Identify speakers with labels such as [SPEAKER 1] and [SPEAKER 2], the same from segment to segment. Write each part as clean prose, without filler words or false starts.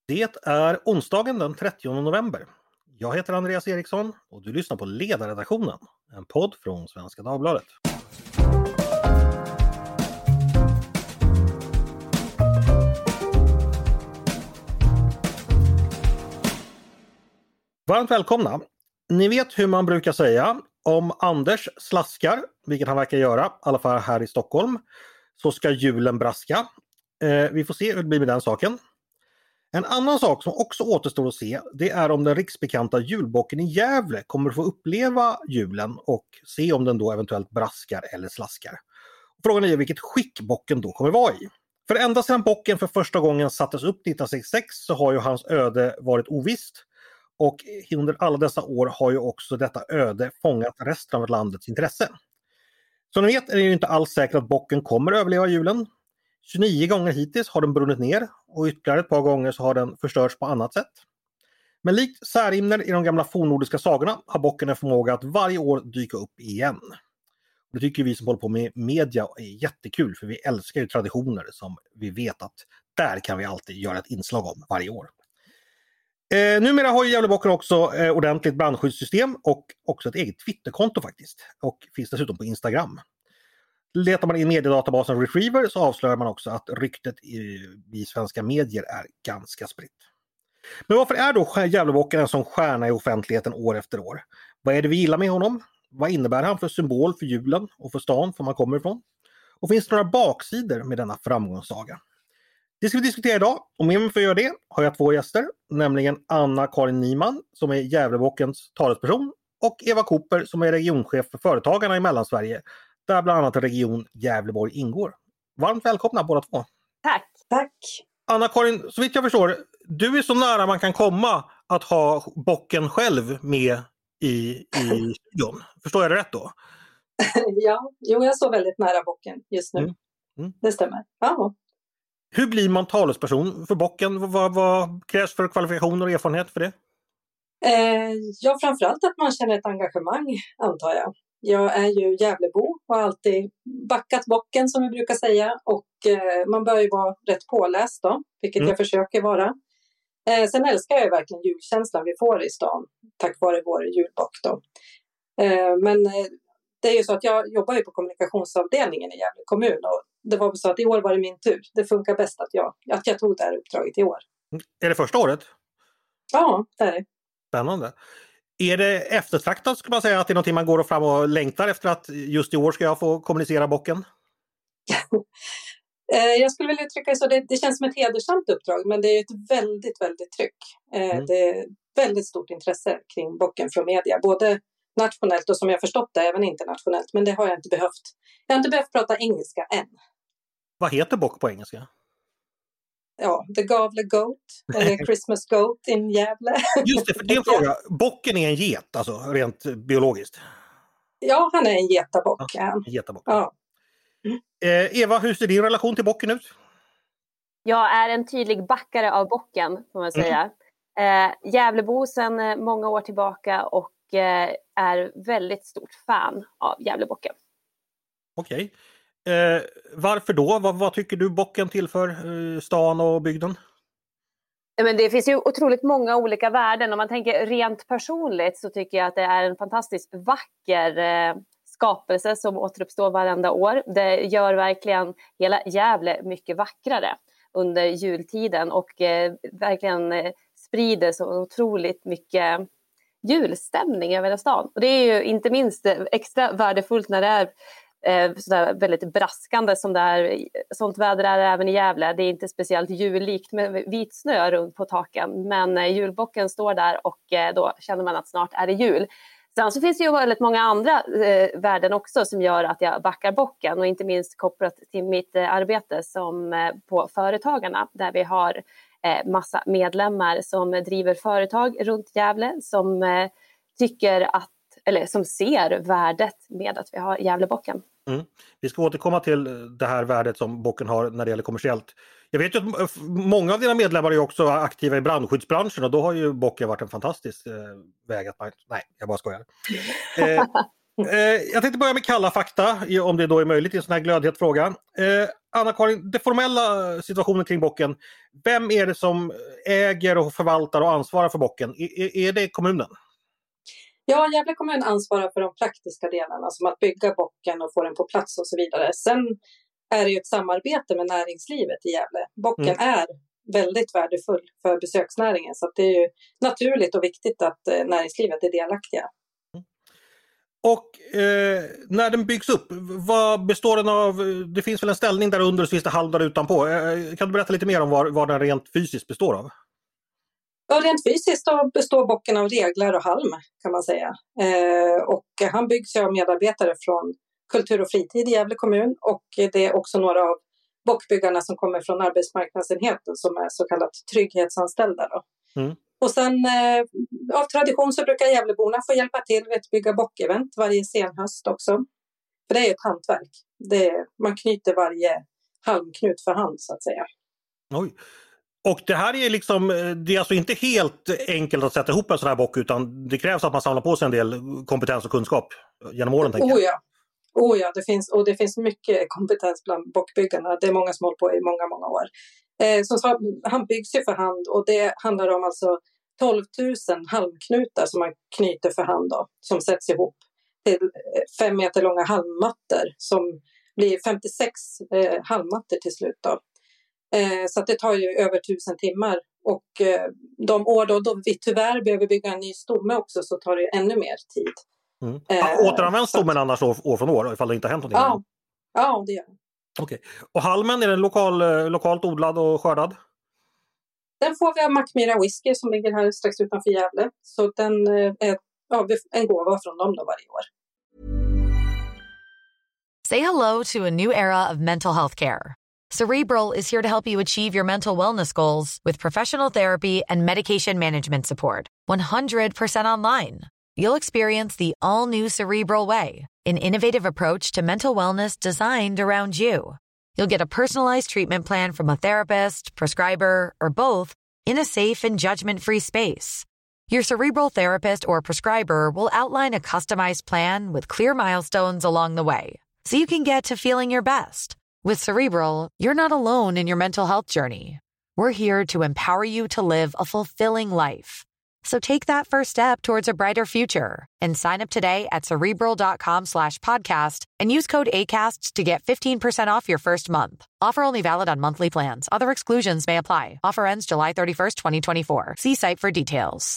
[SPEAKER 1] Det är onsdagen den 30 november. Jag heter Andreas Eriksson och du lyssnar på Ledarredaktionen, en podd från Svenska Dagbladet. Varmt välkomna! Ni vet hur man brukar säga, om Anders slaskar, vilket han verkar göra, i alla fall här i Stockholm, så ska julen braska. Vi får se hur det blir med den saken. En annan sak som också återstår att se, det är om den riksbekanta julbocken i Gävle kommer att få uppleva julen och se om den då eventuellt braskar eller slaskar. Frågan är vilket skick bocken då kommer vara i. För ända sedan bocken för första gången sattes upp 1966 så har ju hans öde varit ovisst. Och under alla dessa år har ju också detta öde fångat resten av landets intresse. Som ni vet är det ju inte alls säkert att bocken kommer att överleva julen. 29 gånger hittills har den brunnit ner och ytterligare ett par gånger så har den förstörts på annat sätt. Men likt Särimner i de gamla fornnordiska sagorna har bocken en förmåga att varje år dyka upp igen. Det tycker vi som håller på med media är jättekul, för vi älskar ju traditioner som vi vet att där kan vi alltid göra ett inslag om varje år. Numera har ju Gävlebocken också ordentligt brandskyddssystem och också ett eget Twitterkonto faktiskt. Och finns dessutom på Instagram. Letar man in mediedatabasen Retriever så avslöjar man också att ryktet i svenska medier är ganska spritt. Men varför är då Gävlebocken en sån stjärna i offentligheten år efter år? Vad är det vi gillar med honom? Vad innebär han för symbol för julen och för stan som man kommer ifrån? Och finns det några baksidor med denna framgångssaga? Det ska vi diskutera idag, och med mig för att göra det har jag två gäster, nämligen Anna-Karin Nyman som är Gävlebockens talesperson och Eva Cooper som är regionchef för företagarna i Mellansverige, där bland annat region Gävleborg ingår. Varmt välkomna båda två.
[SPEAKER 2] Tack.
[SPEAKER 3] Tack.
[SPEAKER 1] Anna-Karin, så vitt jag förstår, du är så nära man kan komma att ha bocken själv med i studion. Förstår jag det rätt då?
[SPEAKER 3] Ja, jag står väldigt nära bocken just nu. Det stämmer. Ja.
[SPEAKER 1] Hur blir man talesperson för bocken? Vad krävs för kvalifikationer och erfarenhet för det?
[SPEAKER 3] Ja, framförallt att man känner ett engagemang, antar jag. Jag är ju Gävlebo och har alltid backat bocken som vi brukar säga. Och man bör ju vara rätt påläst då, vilket jag försöker vara. Sen älskar jag verkligen julkänslan vi får i stan tack vare vår julbock då. Men det är ju så att jag jobbar ju på kommunikationsavdelningen i Gävle kommun och det var så att i år var det min tur. Det funkar bäst att jag tog det här uppdraget i år.
[SPEAKER 1] Är det första året?
[SPEAKER 3] Ja, det är det.
[SPEAKER 1] Spännande. Är det eftertraktat, skulle man säga, att det är någonting man går fram och längtar efter att just i år ska jag få kommunicera bocken?
[SPEAKER 3] Jag skulle vilja uttrycka så. Det känns som ett hedersamt uppdrag, men det är ett väldigt, väldigt tryck. Det är väldigt stort intresse kring bocken från media, både nationellt och som jag förstått det även internationellt, men det har jag inte behövt. Jag har inte behövt prata engelska än.
[SPEAKER 1] Vad heter bock på engelska?
[SPEAKER 3] Ja, The Gavle Goat eller Christmas Goat in Gävle.
[SPEAKER 1] Just det, för det är en fråga. Bocken är en get, alltså rent biologiskt.
[SPEAKER 3] Ja, han är en getabock.
[SPEAKER 1] Ja, en getabock.
[SPEAKER 3] Ja.
[SPEAKER 1] Eva, hur ser din relation till bocken ut?
[SPEAKER 2] Jag är en tydlig backare av bocken, får man säga. Gävlebo sedan många år tillbaka och är väldigt stort fan av Gävlebocken.
[SPEAKER 1] Okej. Varför då? Vad tycker du bocken tillför stan och bygden?
[SPEAKER 2] Men det finns ju otroligt många olika värden. Om man tänker rent personligt så tycker jag att det är en fantastiskt vacker skapelse som återuppstår varenda år. Det gör verkligen hela Gävle mycket vackrare under jultiden och verkligen sprider så otroligt mycket julstämning över stan. Och det är ju inte minst extra värdefullt när det är sådär väldigt braskande som det är. Sånt väder är även i Gävle. Det är inte speciellt jullikt med vit snö runt på taken, men julbocken står där och då känner man att snart är det jul. Sen så finns det ju väldigt många andra värden också som gör att jag backar bocken, och inte minst kopplat till mitt arbete som på Företagarna, där vi har massa medlemmar som driver företag runt Gävle som tycker att, eller som ser värdet med att vi har Gävlebocken.
[SPEAKER 1] Vi ska återkomma till det här värdet som bocken har när det gäller kommersiellt. Jag vet ju att många av dina medlemmar är också aktiva i brandskyddsbranschen, och då har ju bocken varit en fantastisk väg att... Nej, jag bara skojar. Jag tänkte börja med kalla fakta, om det då är möjligt i en sån här glödhet fråga. Anna-Karin, den formella situationen kring bocken. Vem är det som äger och förvaltar och ansvarar för bocken? Är det kommunen?
[SPEAKER 3] Ja, Gävle kommun ansvarar för de praktiska delarna som att bygga bocken och få den på plats och så vidare. Sen är det ju ett samarbete med näringslivet i Gävle. Bocken är väldigt värdefull för besöksnäringen, så att det är ju naturligt och viktigt att näringslivet är delaktiga.
[SPEAKER 1] Och när den byggs upp, vad består den av? Det finns väl en ställning där under och så finns det halv där utanpå. Kan du berätta lite mer om vad den rent fysiskt består av?
[SPEAKER 3] Ja, rent fysiskt då består bocken av reglar och halm, kan man säga. Och han byggs av medarbetare från Kultur och fritid i Gävle kommun, och det är också några av bockbyggarna som kommer från arbetsmarknadsenheten som är så kallat trygghetsanställda då. Och sen av tradition så brukar Gävleborna få hjälpa till vid att bygga bockevent varje senhöst också. För det är ett hantverk. Man knyter varje halmknut för hand så att säga.
[SPEAKER 1] Oj. Och det här är liksom, det är alltså inte helt enkelt att sätta ihop en sån här bock, utan det krävs att man samlar på sig en del kompetens och kunskap genom åren, tänker jag.
[SPEAKER 3] Oh ja, det finns mycket kompetens bland bockbyggarna. Det är många som håller på i många, många år. Han byggs ju för hand, och det handlar om alltså 12 000 halmknutar som man knyter för hand då, som sätts ihop till 5 meter långa halmmattor som blir 56 halmmattor till slut då. Så att det tar ju över 1000 timmar, och de år då vi tyvärr behöver bygga en ny stomme också, så tar det ännu mer tid.
[SPEAKER 1] Återanvänds stommen annars år från år ifall det inte har hänt någonting?
[SPEAKER 3] Ja, det gör det.
[SPEAKER 1] Okej. Och halmen, är den lokalt odlad och skördad?
[SPEAKER 3] Den får vi av Mackmyra Whisky som ligger här strax utanför Gävle. Så den är en gåva från dem då varje år.
[SPEAKER 4] Say hello to a new era of mental health care. Cerebral is here to help you achieve your mental wellness goals with professional therapy and medication management support. 100% online. You'll experience the all-new Cerebral Way, an innovative approach to mental wellness designed around you. You'll get a personalized treatment plan from a therapist, prescriber, or both in a safe and judgment-free space. Your Cerebral therapist or prescriber will outline a customized plan with clear milestones along the way, so you can get to feeling your best. With Cerebral, you're not alone in your mental health journey. We're here to empower you to live a fulfilling life. So take that first step towards a brighter future and sign up today at Cerebral.com/podcast and use code ACAST to get 15% off your first month. Offer only valid on monthly plans. Other exclusions may apply. Offer ends July 31st, 2024. See site for details.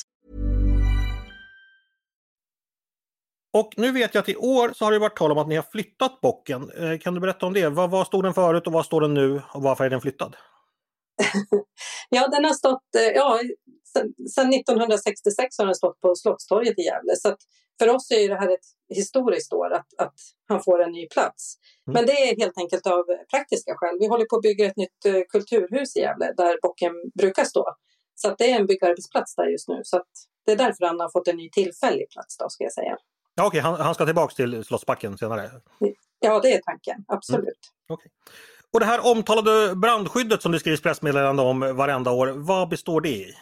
[SPEAKER 1] Och nu vet jag att i år så har det varit tal om att ni har flyttat bocken. Kan du berätta om det? Vad stod den förut och vad står den nu och varför är den flyttad?
[SPEAKER 3] Ja, den har stått... Sen 1966 har den stått på Slottstorget i Gävle. Så att för oss är det här ett historiskt år att han får en ny plats. Men det är helt enkelt av praktiska skäl. Vi håller på att bygga ett nytt kulturhus i Gävle där bocken brukar stå. Så att det är en byggarbetsplats där just nu. Så att det är därför han har fått en ny tillfällig plats då, ska jag säga.
[SPEAKER 1] Ja, okej. Han ska tillbaka till Slottsbacken senare?
[SPEAKER 3] Ja, det är tanken. Absolut.
[SPEAKER 1] Okej. Och det här omtalade brandskyddet som det skrivs pressmeddelande om varenda år, vad består det i?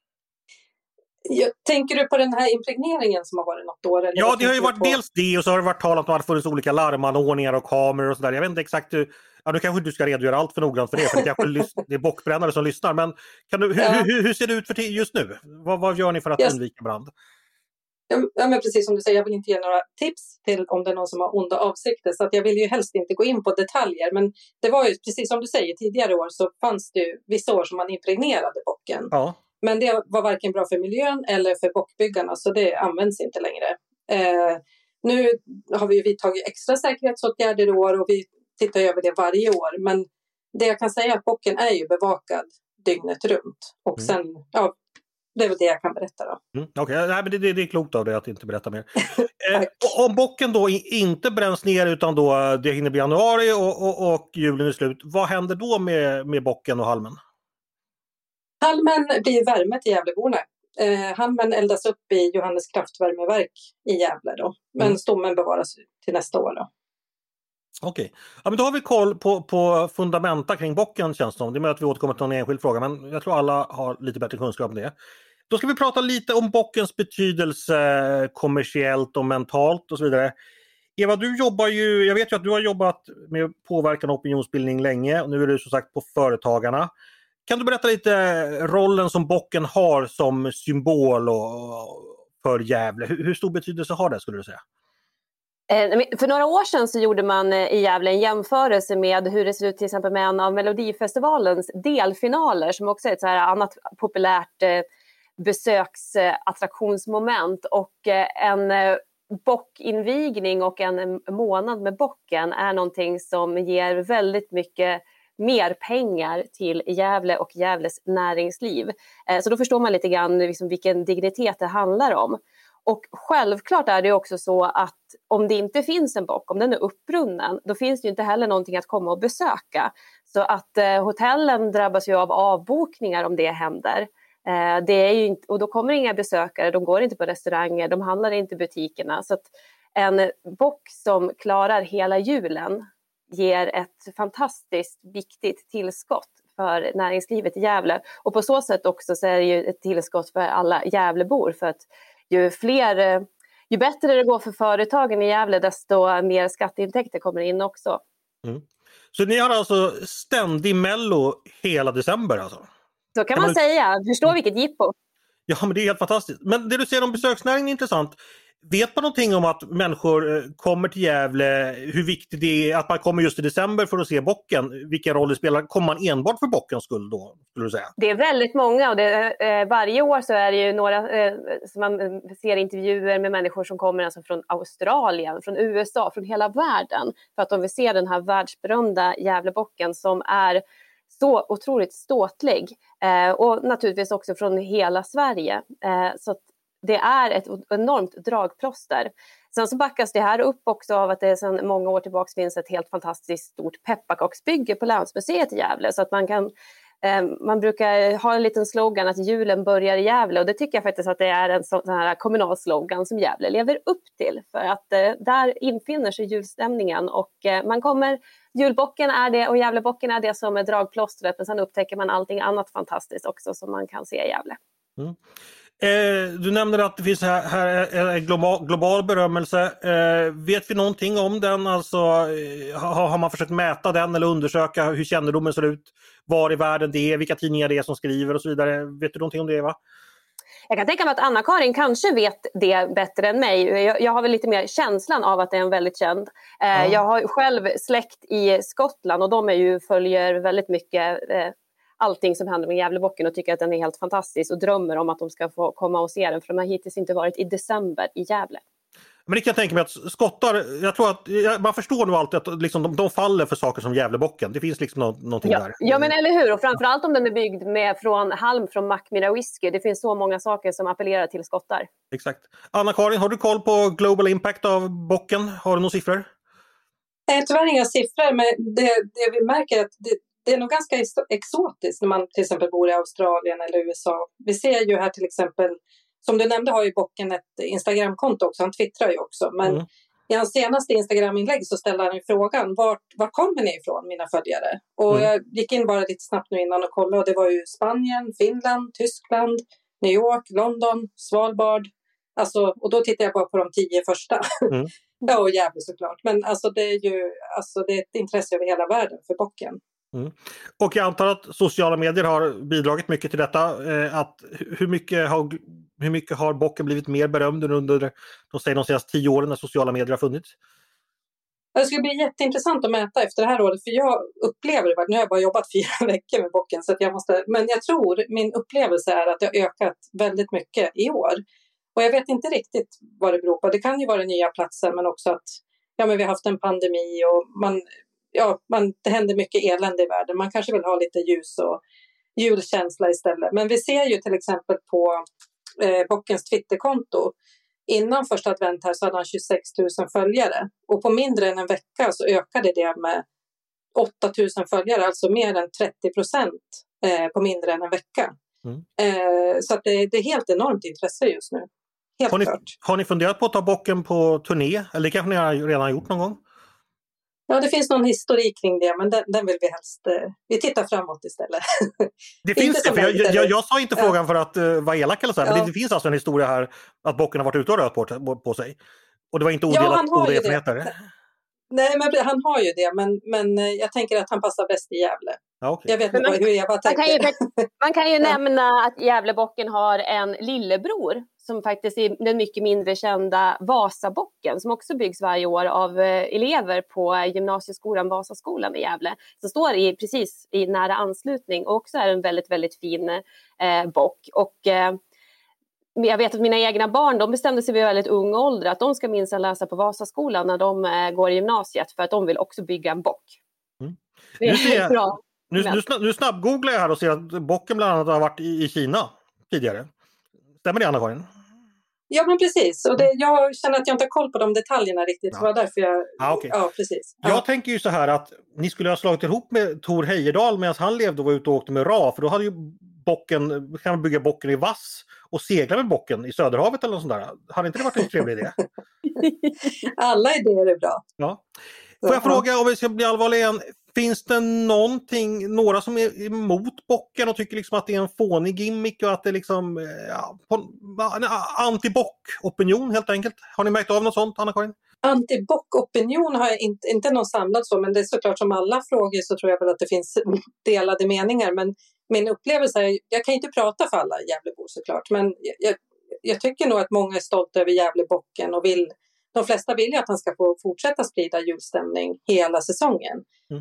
[SPEAKER 3] Tänker du på den här impregneringen som har varit något år? Eller
[SPEAKER 1] ja, det har ju varit dels det, och så har det varit talat om att det funnits olika larmanordningar och kameror och sådär. Jag vet inte exakt hur... Ja, nu kanske du ska redogöra allt för noggrant för det, för det är bockbrännare som lyssnar. Men hur ser det ut för just nu? Vad gör ni för att undvika brand?
[SPEAKER 3] Ja, men precis som du säger, jag vill inte ge några tips till om det är någon som har onda avsikter. Så att jag vill ju helst inte gå in på detaljer. Men det var ju, precis som du säger, tidigare år så fanns det ju vissa år som man impregnerade bocken. Ja. Men det var varken bra för miljön eller för bockbyggarna, så det används inte längre. Nu har vi vidtagit extra säkerhetsåtgärder i år och vi tittar över det varje år. Men det jag kan säga är att bocken är ju bevakad dygnet runt. Och sen, ja, det är väl det jag kan berätta då.
[SPEAKER 1] Okej, men det är klokt av dig att inte berätta mer. Om bocken då inte bränns ner utan då det hinner bli januari och julen är slut, vad händer då med bocken och halmen?
[SPEAKER 3] Halmen blir värme till Gävleborna. Halmen eldas upp i Johannes kraftvärmeverk i Gävle då. Men stommen bevaras till nästa år då.
[SPEAKER 1] Okej. Ja, men då har vi koll på fundamenta kring bocken, känns det som. Det är med att vi återkommer till någon enskild fråga, men jag tror alla har lite bättre kunskap om det. Då ska vi prata lite om bockens betydelse kommersiellt och mentalt och så vidare. Eva, du jobbar ju, jag vet ju att du har jobbat med påverkan och opinionsbildning länge och nu är du som sagt på Företagarna. Kan du berätta lite rollen som bocken har som symbol för Gävle? Hur stor betydelse har det, skulle du säga?
[SPEAKER 2] För några år sedan så gjorde man i Gävle en jämförelse med hur det ser ut till exempel med en av Melodifestivalens delfinaler som också är ett så här annat populärt besöksattraktionsmoment, och en bockinvigning och en månad med bocken är någonting som ger väldigt mycket mer pengar till Gävle och Gävles näringsliv. Så då förstår man lite grann liksom vilken dignitet det handlar om. Och självklart är det också så att om det inte finns en bock, om den är uppbrunnen, då finns det ju inte heller någonting att komma och besöka. Så att hotellen drabbas ju av avbokningar om det händer. Det är ju inte, och då kommer inga besökare, de går inte på restauranger, de handlar inte i butikerna. Så att en bock som klarar hela julen ger ett fantastiskt viktigt tillskott för näringslivet i Gävle. Och på så sätt också så är det ju ett tillskott för alla Gävlebor, för att ju bättre det går för företagen i Gävle, desto mer skatteintäkter kommer in också. Mm.
[SPEAKER 1] Så ni har alltså ständig mello hela december alltså?
[SPEAKER 2] Så kan man säga. Förstå vilket jippo.
[SPEAKER 1] Ja, men det är helt fantastiskt. Men det du säger om besöksnäringen är intressant. Vet man någonting om att människor kommer till Gävle, hur viktigt det är att man kommer just i december för att se bocken? Vilken roll det spelar? Kommer man enbart för bockens skull då, skulle du säga?
[SPEAKER 2] Det är väldigt många, och varje år så är det ju några som man ser intervjuer med människor som kommer alltså från Australien, från USA, från hela världen, för att de vill se den här världsberömda Gävlebocken som är så otroligt ståtlig, och naturligtvis också från hela Sverige. Så att det är ett enormt dragplåster. Sen så backas det här upp också av att det sedan många år tillbaka finns ett helt fantastiskt stort pepparkaksbygge på Länsmuseet i Gävle. Så att man brukar ha en liten slogan att julen börjar i Gävle, och det tycker jag faktiskt att det är en sån här kommunal slogan som Gävle lever upp till. För att där infinner sig julstämningen, och man kommer, julbocken är det och Gävlebocken är det som är dragplåstret, men sen upptäcker man allting annat fantastiskt också som man kan se i Gävle.
[SPEAKER 1] Mm. Du nämnde att det finns här global berömmelse. Vet vi någonting om den? Alltså, har man försökt mäta den eller undersöka hur kännedomen ser ut? Var i världen det är, vilka tidningar det är som skriver och så vidare. Vet du någonting om det, Eva?
[SPEAKER 2] Jag kan tänka mig att Anna-Karin kanske vet det bättre än mig. Jag har väl lite mer känslan av att det är en väldigt känd. Jag har själv släkt i Skottland, och de följer väldigt mycket allting som händer med Gävlebocken och tycker att den är helt fantastisk och drömmer om att de ska få komma och se den, för de har hittills inte varit i december i Gävle.
[SPEAKER 1] Men det kan jag tänka mig att skottar, jag tror att man förstår nog alltid att liksom de faller för saker som Gävlebocken. Det finns liksom någonting där.
[SPEAKER 2] Ja, men eller hur? Och framförallt om den är byggd med halm från Mackmyra whisky. Det finns så många saker som appellerar till skottar.
[SPEAKER 1] Exakt. Anna-Karin, har du koll på global impact av bocken? Har du några siffror?
[SPEAKER 3] Tyvärr inga siffror, men det vi märker är att det är nog ganska exotiskt när man till exempel bor i Australien eller USA. Vi ser ju här till exempel, som du nämnde har ju bocken ett Instagramkonto också, han twittrar ju också. Men i hans senaste Instagram-inlägg så ställer han ju frågan, var kommer ni ifrån mina följare? Och jag gick in bara lite snabbt nu innan och kollade, och det var ju Spanien, Finland, Tyskland, New York, London, Svalbard. Alltså, och då tittar jag bara på de 10 första. Ja, och Gävle såklart. Men alltså det är ju det är ett intresse över hela världen för bocken.
[SPEAKER 1] Mm. Och jag antar att sociala medier har bidragit mycket till detta. Att hur mycket har bocken blivit mer berömd under de senaste 10 åren när sociala medier har funnits?
[SPEAKER 3] Det ska bli jätteintressant att mäta efter det här året, för jag upplever det, nu har jag bara jobbat 4 veckor med bocken, så att men jag tror, min upplevelse är att det har ökat väldigt mycket i år. Och jag vet inte riktigt vad det beror på. Det kan ju vara nya platser, men också att men vi har haft en pandemi och det händer mycket elände i världen. Man kanske vill ha lite ljus och julkänsla istället. Men vi ser ju till exempel på bockens Twitterkonto. Innan första advent här så hade han 26 000 följare. Och på mindre än en vecka så ökade det med 8 000 följare. Alltså mer än 30% på mindre än en vecka. Så att det är helt enormt intresse just nu.
[SPEAKER 1] Har ni funderat på att ta bocken på turné? Eller kanske ni har redan gjort någon gång?
[SPEAKER 3] Ja, det finns någon historik kring det, men den vill vi helst... Vi tittar framåt istället.
[SPEAKER 1] Det finns det, för jag sa inte frågan för att vara elak eller så här, men det finns alltså en historia här att bocken har varit ute och rört på sig. Och det var inte odelat oregenheter?
[SPEAKER 3] Nej, men han har ju det, men jag tänker att han passar bäst i Gävle.
[SPEAKER 1] Ja, okay.
[SPEAKER 3] Jag vet inte hur Eva tänker.
[SPEAKER 2] Man kan ju nämna att Gävlebocken har en lillebror som faktiskt är den mycket mindre kända Vasabocken som också byggs varje år av elever på gymnasieskolan Vasaskolan i Gävle. Som står precis i nära anslutning och också är en väldigt, väldigt fin bock. Och jag vet att mina egna barn, de bestämde sig vid väldigt ung ålder att de ska minst läsa på Vasaskolan när de går i gymnasiet för att de vill också bygga en bock.
[SPEAKER 1] Mm.
[SPEAKER 2] Det är bra.
[SPEAKER 1] Nu snabbgooglar jag här och ser att bocken bland annat har varit i Kina tidigare. Stämmer det, Anna-Karin?
[SPEAKER 3] Ja, men precis. Och jag känner att jag inte har koll på de detaljerna riktigt. Ja. Det var därför jag...
[SPEAKER 1] Okay.
[SPEAKER 3] Ja, precis. Ja.
[SPEAKER 1] Jag tänker ju så här att ni skulle ha slagit ihop med Tor Heyerdahl medan han levde och var ute och åkte med Ra. För då hade ju bocken, kan man bygga bocken i vass och segla med bocken i Söderhavet eller något sånt där. Hade inte det varit en trevlig idé?
[SPEAKER 3] Alla idéer är bra.
[SPEAKER 1] Ja. Får jag fråga, om vi ska bli allvarliga igen, finns det några som är emot bocken och tycker liksom att det är en fånig gimmick och att det är liksom en anti-bock-opinion helt enkelt? Har ni märkt av något sånt, Anna-Karin?
[SPEAKER 3] Anti-bock-opinion har jag inte någon samlad så, men det är såklart som alla frågor så tror jag väl att det finns delade meningar. Men min upplevelse är, jag kan inte prata för alla Gävlebor såklart, men jag tycker nog att många är stolta över Gävlebocken och de flesta vill ju att han ska få fortsätta sprida julstämning hela säsongen.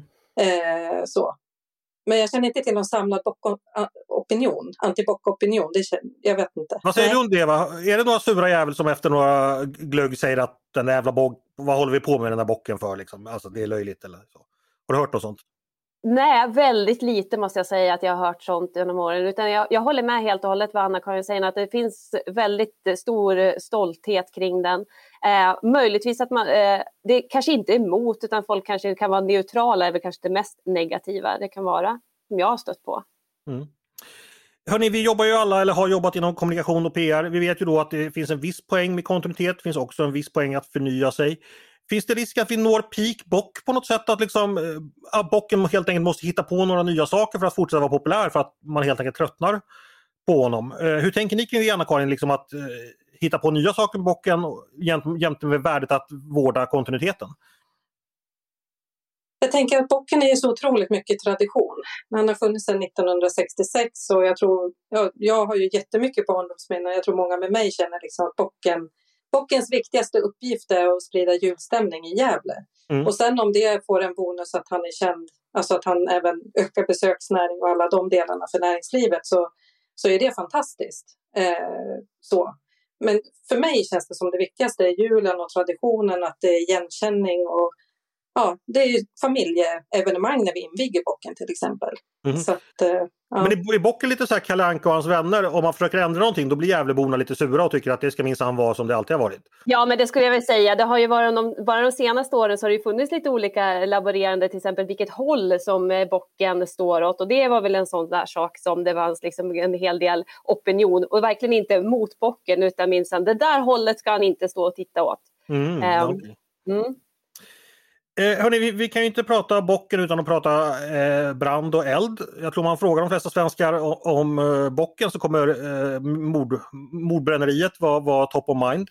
[SPEAKER 3] Så. Men jag känner inte till någon samlad opinion, anti-bock-opinion. Jag vet inte.
[SPEAKER 1] Vad säger du om det, Eva? Är det några sura jävel som efter några glögg säger att den där jävla vad håller vi på med den där bocken för? Liksom? Alltså det är löjligt eller så. Har du hört något sånt?
[SPEAKER 2] Nej, väldigt lite måste jag säga att jag har hört sånt genom åren. Utan jag håller med helt och hållet vad Anna-Karin säger, att det finns väldigt stor stolthet kring den. Möjligtvis att det kanske inte är emot, utan folk kanske kan vara neutrala, är kanske det mest negativa det kan vara, som jag har stött på.
[SPEAKER 1] Mm. Hörrni, vi jobbar ju alla, eller har jobbat inom kommunikation och PR. Vi vet ju då att det finns en viss poäng med kontinuitet, det finns också en viss poäng att förnya sig. Finns det risk att vi når peak bock på något sätt? Att liksom, bocken helt enkelt måste hitta på några nya saker för att fortsätta vara populär, för att man helt enkelt tröttnar på honom. Hur tänker ni kring det, Anna-Karin? Liksom att hitta på nya saker med bocken jämte med värdet att vårda kontinuiteten?
[SPEAKER 3] Jag tänker att bocken är så otroligt mycket tradition. Han har funnits sedan 1966 och jag har ju jättemycket barndomsminnen. Jag tror många med mig känner liksom att bockens viktigaste uppgift är att sprida julstämning i Gävle. Mm. Och sen om det får en bonus att han är känd, alltså att han även ökar besöksnäring och alla de delarna för näringslivet, så är det fantastiskt. Så. Men för mig känns det som det viktigaste är julen och traditionen, att det är igenkänning och det är ju familjeevenemang när vi inviger bocken till exempel.
[SPEAKER 1] Mm.
[SPEAKER 3] Så att,
[SPEAKER 1] Men är bocken lite så här Kalle Anka och hans vänner? Om man försöker ändra någonting, då blir Gävleborna lite sura och tycker att det ska minsann vara som det alltid har varit.
[SPEAKER 2] Ja, men det skulle jag väl säga. Det har ju varit bara de senaste åren så har det ju funnits lite olika laborerande, till exempel vilket håll som bocken står åt. Och det var väl en sån där sak som det var liksom en hel del opinion. Och verkligen inte mot bocken, utan minsann det där hållet ska han inte stå och titta åt.
[SPEAKER 1] Hörrni, vi kan ju inte prata bocken utan att prata brand och eld. Jag tror man frågar de flesta svenskar om bocken så kommer mordbränneriet vara top of mind.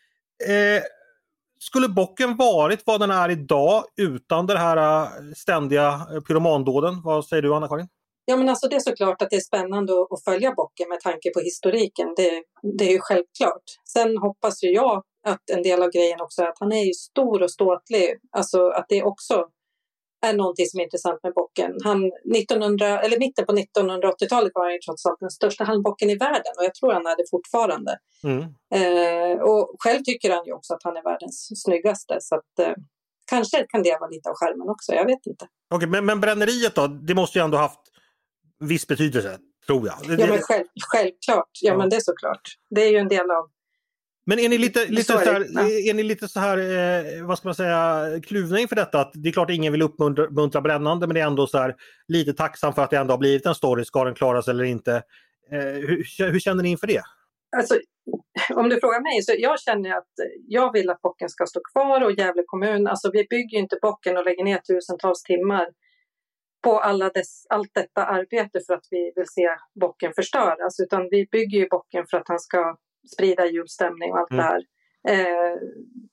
[SPEAKER 1] Skulle bocken varit vad den är idag utan det här ständiga pyromandåden? Vad säger du, Anna-Karin?
[SPEAKER 3] Ja, men alltså det är såklart att det är spännande att följa bocken med tanke på historiken. Det är ju självklart. Sen hoppas ju jag att en del av grejen också är att han är ju stor och ståtlig. Alltså att det också är någonting som är intressant med bocken. Mitten på 1980-talet var han ju trots allt den största halmbocken i världen. Och jag tror han är det fortfarande. Och själv tycker han ju också att han är världens snyggaste. Så att kanske kan det vara lite av skärmen också. Jag vet inte.
[SPEAKER 1] Okej, men bränneriet då? Det måste ju ändå haft viss betydelse, tror jag.
[SPEAKER 3] Ja, men självklart. Ja, men det är såklart. Det är ju en del av...
[SPEAKER 1] Men är ni lite så här, vad ska man säga, kluvna inför detta? Att det är klart att ingen vill uppmuntra brännande, men det är ändå så här lite tacksam för att det ändå har blivit en story. Ska den klaras eller inte? Hur känner ni inför det?
[SPEAKER 3] Alltså, om du frågar mig så jag känner att jag vill att bocken ska stå kvar och Gävle kommun, alltså vi bygger ju inte bocken och lägger ner tusentals timmar på allt detta arbete för att vi vill se bocken förstöras, utan vi bygger ju bocken för att han ska sprida julstämning och allt det här.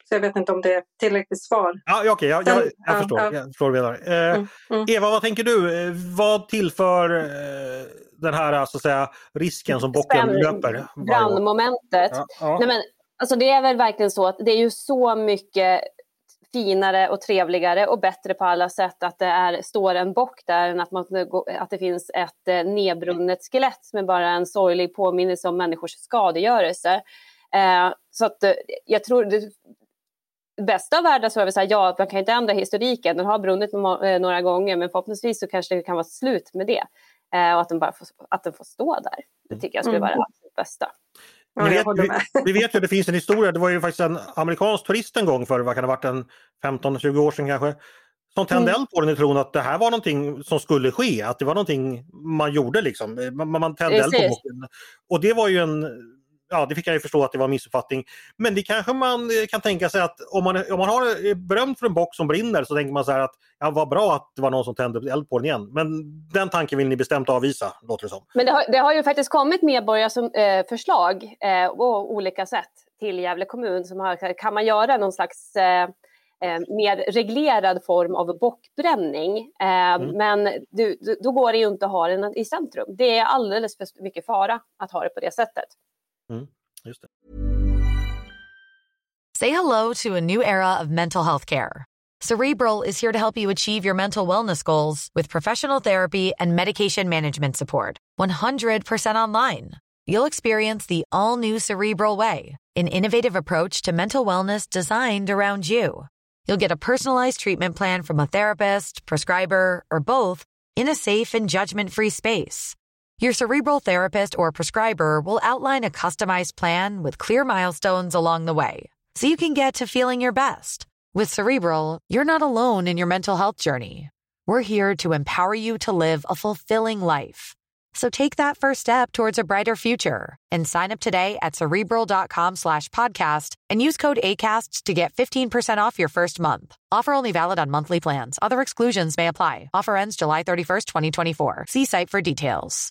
[SPEAKER 3] Så jag vet inte om det är tillräckligt svar.
[SPEAKER 1] Ja, okej, jag förstår. Jag förstår vidare. Eva, vad tänker du? Vad tillför den här så att säga, risken som bocken löper?
[SPEAKER 2] Brandmomentet.
[SPEAKER 1] Ja.
[SPEAKER 2] Nej, men, alltså, det är väl verkligen så att det är ju så mycket finare och trevligare och bättre på alla sätt att det står en bock där än att det finns ett nedbrunnet skelett med bara en sorglig påminnelse om människors skadegörelse. Så att jag tror det bästa av världen så är det så här, ja, man kan inte ändra historiken, den har brunnit några gånger, men förhoppningsvis så kanske det kan vara slut med det och att den får stå där. Det tycker jag skulle vara det absolut bästa.
[SPEAKER 1] Vi vet ju att det finns en historia, det var ju faktiskt en amerikansk turist en gång för vad kan det ha varit, en 15-20 år sedan kanske, som tände eld på den i tron att det här var någonting som skulle ske, att det var någonting man gjorde liksom, man tände eld på bocken. Och det var ju det fick jag ju förstå att det var en missuppfattning. Men det kanske man kan tänka sig att om man har berömt för en bock som brinner så tänker man så här att vad bra att det var någon som tände eld på den igen. Men den tanken vill ni bestämt avvisa, låter det som. Men
[SPEAKER 2] det har ju faktiskt kommit medborgarförslag på olika sätt till Gävle kommun. Kan man göra någon slags mer reglerad form av bockbränning. Men då går det ju inte att ha den i centrum. Det är alldeles för mycket fara att ha det på det sättet.
[SPEAKER 1] Just det.
[SPEAKER 4] Say hello to a new era of mental health care. Cerebral is here to help you achieve your mental wellness goals with professional therapy and medication management support. 100% online. You'll experience the all-new Cerebral Way, an innovative approach to mental wellness designed around you. You'll get a personalized treatment plan from a therapist, prescriber, or both in a safe and judgment-free space. Your Cerebral therapist or prescriber will outline a customized plan with clear milestones along the way, so you can get to feeling your best. With Cerebral, you're not alone in your mental health journey. We're here to empower you to live a fulfilling life. So take that first step towards a brighter future and sign up today at Cerebral.com/podcast and use code ACAST to get 15% off your first month. Offer only valid on monthly plans. Other exclusions may apply. Offer ends July 31st, 2024. See site for details.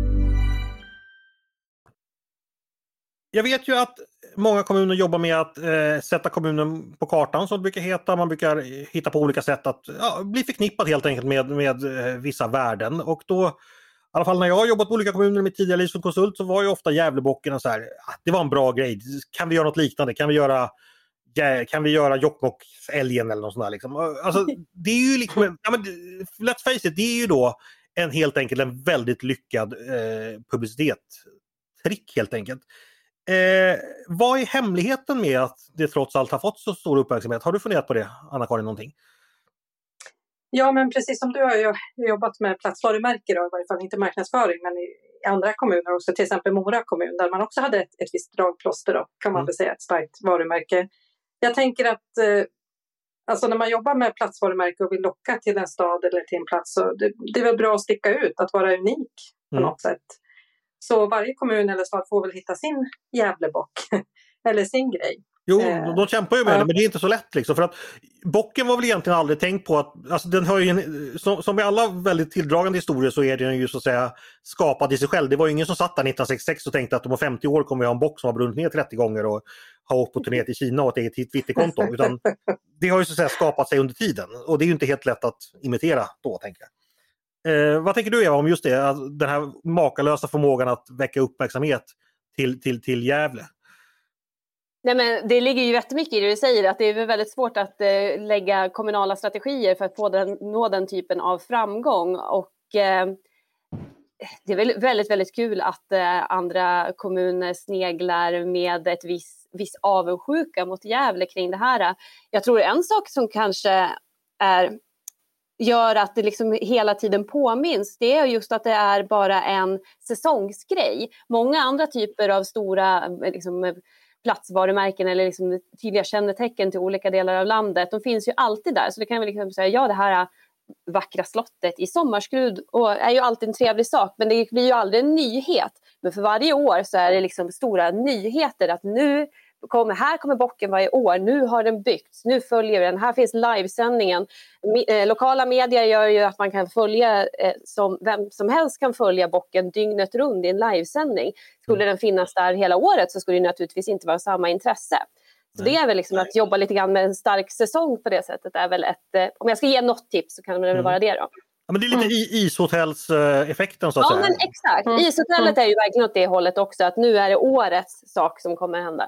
[SPEAKER 1] Jag vet ju att många kommuner jobbar med att sätta kommunen på kartan, som det brukar heta. Man brukar hitta på olika sätt att bli förknippad helt enkelt med vissa värden. Och då, i alla fall när jag har jobbat på olika kommuner med tidigare liv som konsult, så var ju ofta Gävlebocken så här, det var en bra grej. Kan vi göra något liknande? Kan vi göra Jokkmokksälgen eller något sånt där liksom? Alltså, det är ju liksom, let's face it, det är ju då helt enkelt en väldigt lyckad publicitetstrick helt enkelt. Vad är hemligheten med att det trots allt har fått så stor uppmärksamhet? Har du funderat på det, Anna-Karin, någonting?
[SPEAKER 3] Ja, men precis som du har jag jobbat med platsvarumärken, i varje fall inte marknadsföring, men i andra kommuner också, till exempel Mora kommun, där man också hade ett visst dragplåster då, kan man väl säga, ett starkt varumärke. Jag tänker att alltså när man jobbar med platsvarumärke och vill locka till en stad eller till en plats, så det är väl bra att sticka ut, att vara unik på något sätt. Så varje kommun eller stad får väl hitta sin Gävlebock eller sin grej.
[SPEAKER 1] Jo, de kämpar ju med det, men det är inte så lätt liksom, för att bocken var väl egentligen aldrig tänkt på att, alltså den har ju som i alla väldigt tilldragande historier så är den ju så att säga skapad i sig själv. Det var ju ingen som satt där 1966 och tänkte att om 50 år kommer vi ha en bock som har brunnit ner 30 gånger och har åkt på turné till Kina och ett eget Twitterkonto, utan det har ju så att säga skapat sig under tiden, och det är ju inte helt lätt att imitera då, tänker jag. Vad tänker du, Eva, om just det, den här makalösa förmågan att väcka uppmärksamhet till Gävle?
[SPEAKER 2] Nej, men det ligger ju jättemycket i det du säger, att det är väldigt svårt att lägga kommunala strategier för att nå den typen av framgång, och det är väl väldigt, väldigt kul att andra kommuner sneglar med ett viss avundsjuka mot Gävle kring det här. Jag tror en sak som kanske gör att det liksom hela tiden påminns, det är just att det är bara en säsongsgrej. Många andra typer av stora liksom, platsvarumärken eller liksom tydliga kännetecken till olika delar av landet, de finns ju alltid där. Så det kan vi liksom säga, det här vackra slottet i Sommarskrud och är ju alltid en trevlig sak, men det blir ju aldrig en nyhet. Men för varje år så är det liksom stora nyheter, att här kommer bocken varje år, nu har den byggts, nu följer vi den, här finns livesändningen. Lokala medier gör ju att man kan följa, vem som helst kan följa bocken dygnet runt i en livesändning. Skulle den finnas där hela året så skulle det naturligtvis inte vara samma intresse. Så det är väl liksom att jobba lite grann med en stark säsong på det sättet är väl om jag ska ge något tips så kan det väl vara det då.
[SPEAKER 1] Ja, men det är lite ishotellseffekten så att säga.
[SPEAKER 2] Ja, men exakt. Ishotellet är ju verkligen åt det hållet också, att nu är det årets sak som kommer hända.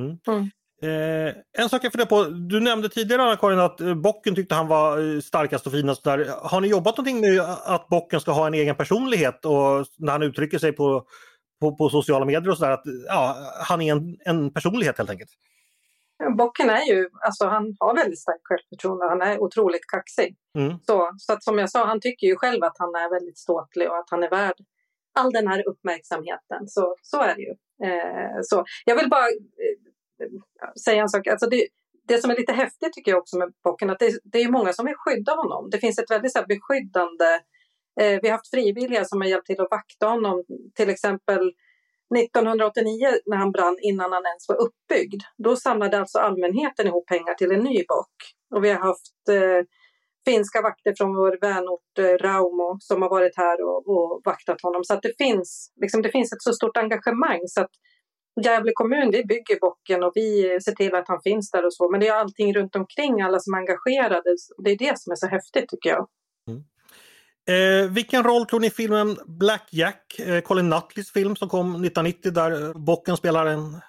[SPEAKER 1] En sak jag funderar på, du nämnde tidigare Anna-Karin att bocken tyckte han var starkast och finast där. Har ni jobbat någonting med att bocken ska ha en egen personlighet och när han uttrycker sig på sociala medier och sådär, att han är en personlighet helt enkelt?
[SPEAKER 3] Bocken är ju, alltså han har väldigt starkt självförtroende, han är otroligt kaxig. Så att som jag sa, han tycker ju själv att han är väldigt ståtlig och att han är värd all den här uppmärksamheten. Så är det ju. Så jag vill bara säga en sak, alltså det som är lite häftigt tycker jag också med bocken, att det är många som vill skydda honom. Det finns ett väldigt så här, beskyddande, vi har haft frivilliga som har hjälpt till att vakta honom, till exempel 1989 när han brann innan han ens var uppbyggd. Då samlade alltså allmänheten ihop pengar till en ny bock. Och vi har haft finska vakter från vår vänort Raumo som har varit här och vaktat honom. Så att det finns ett så stort engagemang så att Gävle kommun, vi bygger bocken och vi ser till att han finns där och så. Men det är allting runt omkring, alla som är engagerade. Det är det som är så häftigt tycker jag.
[SPEAKER 1] Vilken roll tror ni filmen Black Jack, Colin Nutleys film som kom 1990 där bocken spelar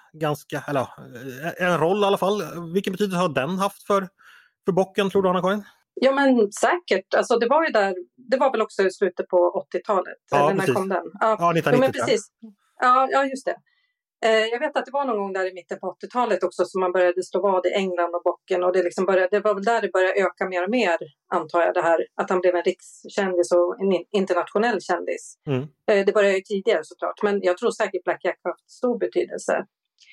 [SPEAKER 1] en roll i alla fall. Vilken betydelse har den haft för bocken tror du Anna-Karin?
[SPEAKER 3] Ja men säkert, alltså det var väl också i slutet på 80-talet.
[SPEAKER 1] Ja,
[SPEAKER 3] eller när kom den?
[SPEAKER 1] Ja, 1990.
[SPEAKER 3] Men precis. Ja, just det. Jag vet att det var någon gång där i mitten på 80-talet också som man började slå vad i England och bocken och det var väl där det började öka mer och mer antar jag det här att han blev en rikskändis och en internationell kändis. Det började ju tidigare såklart men jag tror säkert Black Jack har haft stor betydelse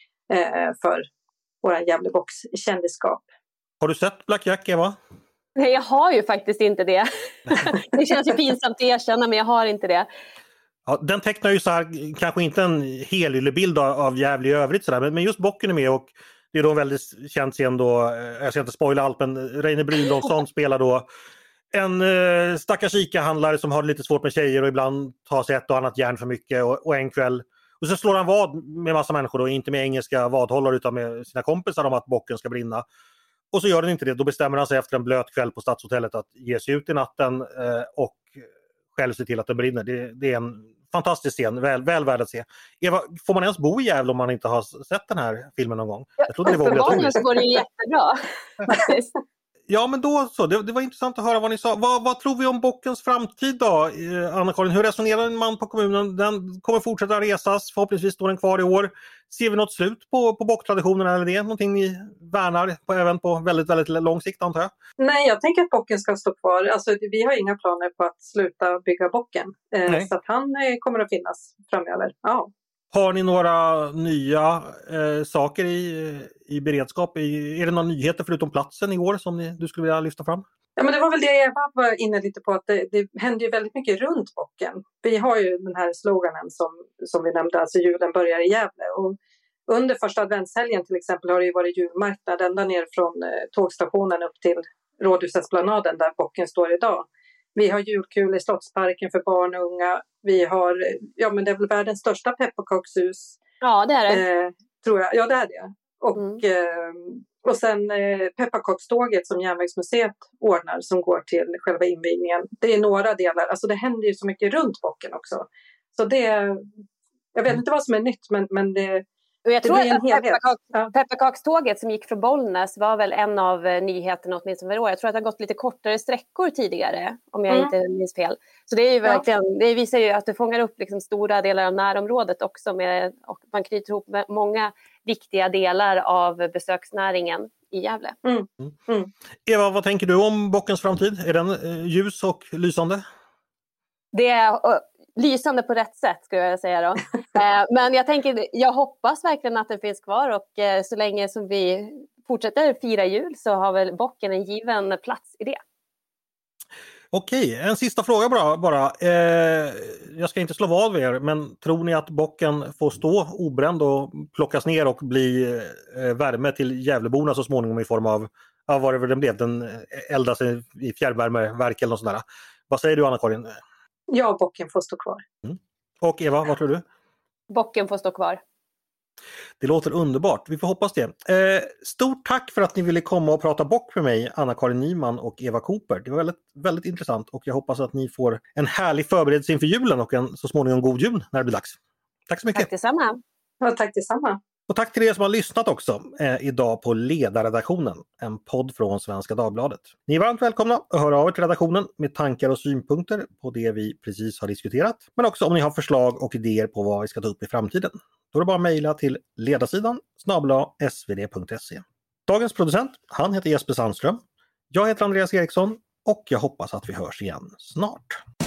[SPEAKER 3] för våra Gävlebocks kändisskap.
[SPEAKER 1] Har du sett Black Jack Eva?
[SPEAKER 2] Nej jag har ju faktiskt inte det. Det känns ju pinsamt att erkänna men jag har inte det.
[SPEAKER 1] Ja, den tecknar ju så här, kanske inte en helyllebild av Gävle i övrigt sådär, men just bocken är med och det är då en väldigt känd scen då, jag ska inte spoila allt, men Reine Brynolfsson spelar då en stackars ICA-handlare som har lite svårt med tjejer och ibland tar sig ett och annat järn för mycket och en kväll. Och så slår han vad med massa människor då, inte med engelska vadhållare utan med sina kompisar om att bocken ska brinna. Och så gör den inte det, då bestämmer han sig efter en blöt kväll på Stadshotellet att ge sig ut i natten och själv se till att den brinner. Det är en fantastisk scen, väl värd att se. Eva, får man ens bo i Gävle om man inte har sett den här filmen någon gång?
[SPEAKER 2] Jag trodde det var obligatoriskt. Så går det jättebra faktiskt.
[SPEAKER 1] Ja men då så, det var intressant att höra vad ni sa. Vad tror vi om bockens framtid då, Anna-Karin? Hur resonerar man på kommunen? Den kommer fortsätta resas, förhoppningsvis står den kvar i år. Ser vi något slut på bocktraditionen eller är det någonting ni värnar på, även på väldigt, väldigt lång sikt antar jag?
[SPEAKER 3] Nej, jag tänker att bocken ska stå kvar. Alltså, vi har inga planer på att sluta bygga bocken. Så att han kommer att finnas framöver. Ja.
[SPEAKER 1] Har ni några nya saker i beredskap? Är det några nyheter förutom platsen i år som du skulle vilja lyfta fram?
[SPEAKER 3] Ja, men det var väl det jag var inne lite på att det händer ju väldigt mycket runt bocken. Vi har ju den här sloganen som vi nämnde, alltså julen börjar i Gävle. Och under första adventshelgen till exempel har det ju varit julmarknad ända ner från tågstationen upp till Rådhusesplanaden där bocken står idag. Vi har julkul i Slottsparken för barn och unga. Vi har, men det är väl världens största pepparkakshus.
[SPEAKER 2] Ja, det är det.
[SPEAKER 3] Tror jag. Ja, det är det. Och sen pepparkakståget som Järnvägsmuseet ordnar som går till själva invigningen. Det är några delar. Alltså det händer ju så mycket runt bocken också. Så jag vet inte vad som är nytt men det...
[SPEAKER 2] Jag tror att pepparkakståget som gick från Bollnäs var väl en av nyheterna åtminstone för år. Jag tror att det har gått lite kortare sträckor tidigare om jag inte minns fel. Så det är ju verkligen, det visar ju att det fångar upp liksom stora delar av närområdet också och man knyter ihop med många viktiga delar av besöksnäringen i Gävle.
[SPEAKER 1] Eva, vad tänker du om bockens framtid? Är den ljus och lysande?
[SPEAKER 2] Det är lysande på rätt sätt skulle jag säga då. Men jag hoppas verkligen att den finns kvar och så länge som vi fortsätter fira jul så har väl bocken en given plats i det.
[SPEAKER 1] Okej, en sista fråga bara. Jag ska inte slå vad med er, men tror ni att bocken får stå obränd och plockas ner och bli värme till Gävleborna så småningom i form av vad det blev, den eldas i fjärrvärmeverk eller något sånt där. Vad säger du Anna-Karin?
[SPEAKER 3] Ja, bocken får stå kvar.
[SPEAKER 1] Och Eva, vad tror du?
[SPEAKER 2] Bocken får stå kvar.
[SPEAKER 1] Det låter underbart, vi får hoppas det. Stort tack för att ni ville komma och prata bock med mig, Anna-Karin Nyman och Eva Cooper. Det var väldigt, väldigt intressant och jag hoppas att ni får en härlig förberedelse inför julen och en så småningom god jul när det blir dags. Tack så mycket!
[SPEAKER 2] Tack detsamma!
[SPEAKER 3] Ja, tack detsamma!
[SPEAKER 1] Och tack till er som har lyssnat också idag på Ledarredaktionen, en podd från Svenska Dagbladet. Ni är varmt välkomna att höra av er till redaktionen med tankar och synpunkter på det vi precis har diskuterat. Men också om ni har förslag och idéer på vad vi ska ta upp i framtiden. Då är det bara att mejla till ledarsidan @svd.se. Dagens producent, han heter Jesper Sandström. Jag heter Andreas Eriksson och jag hoppas att vi hörs igen snart.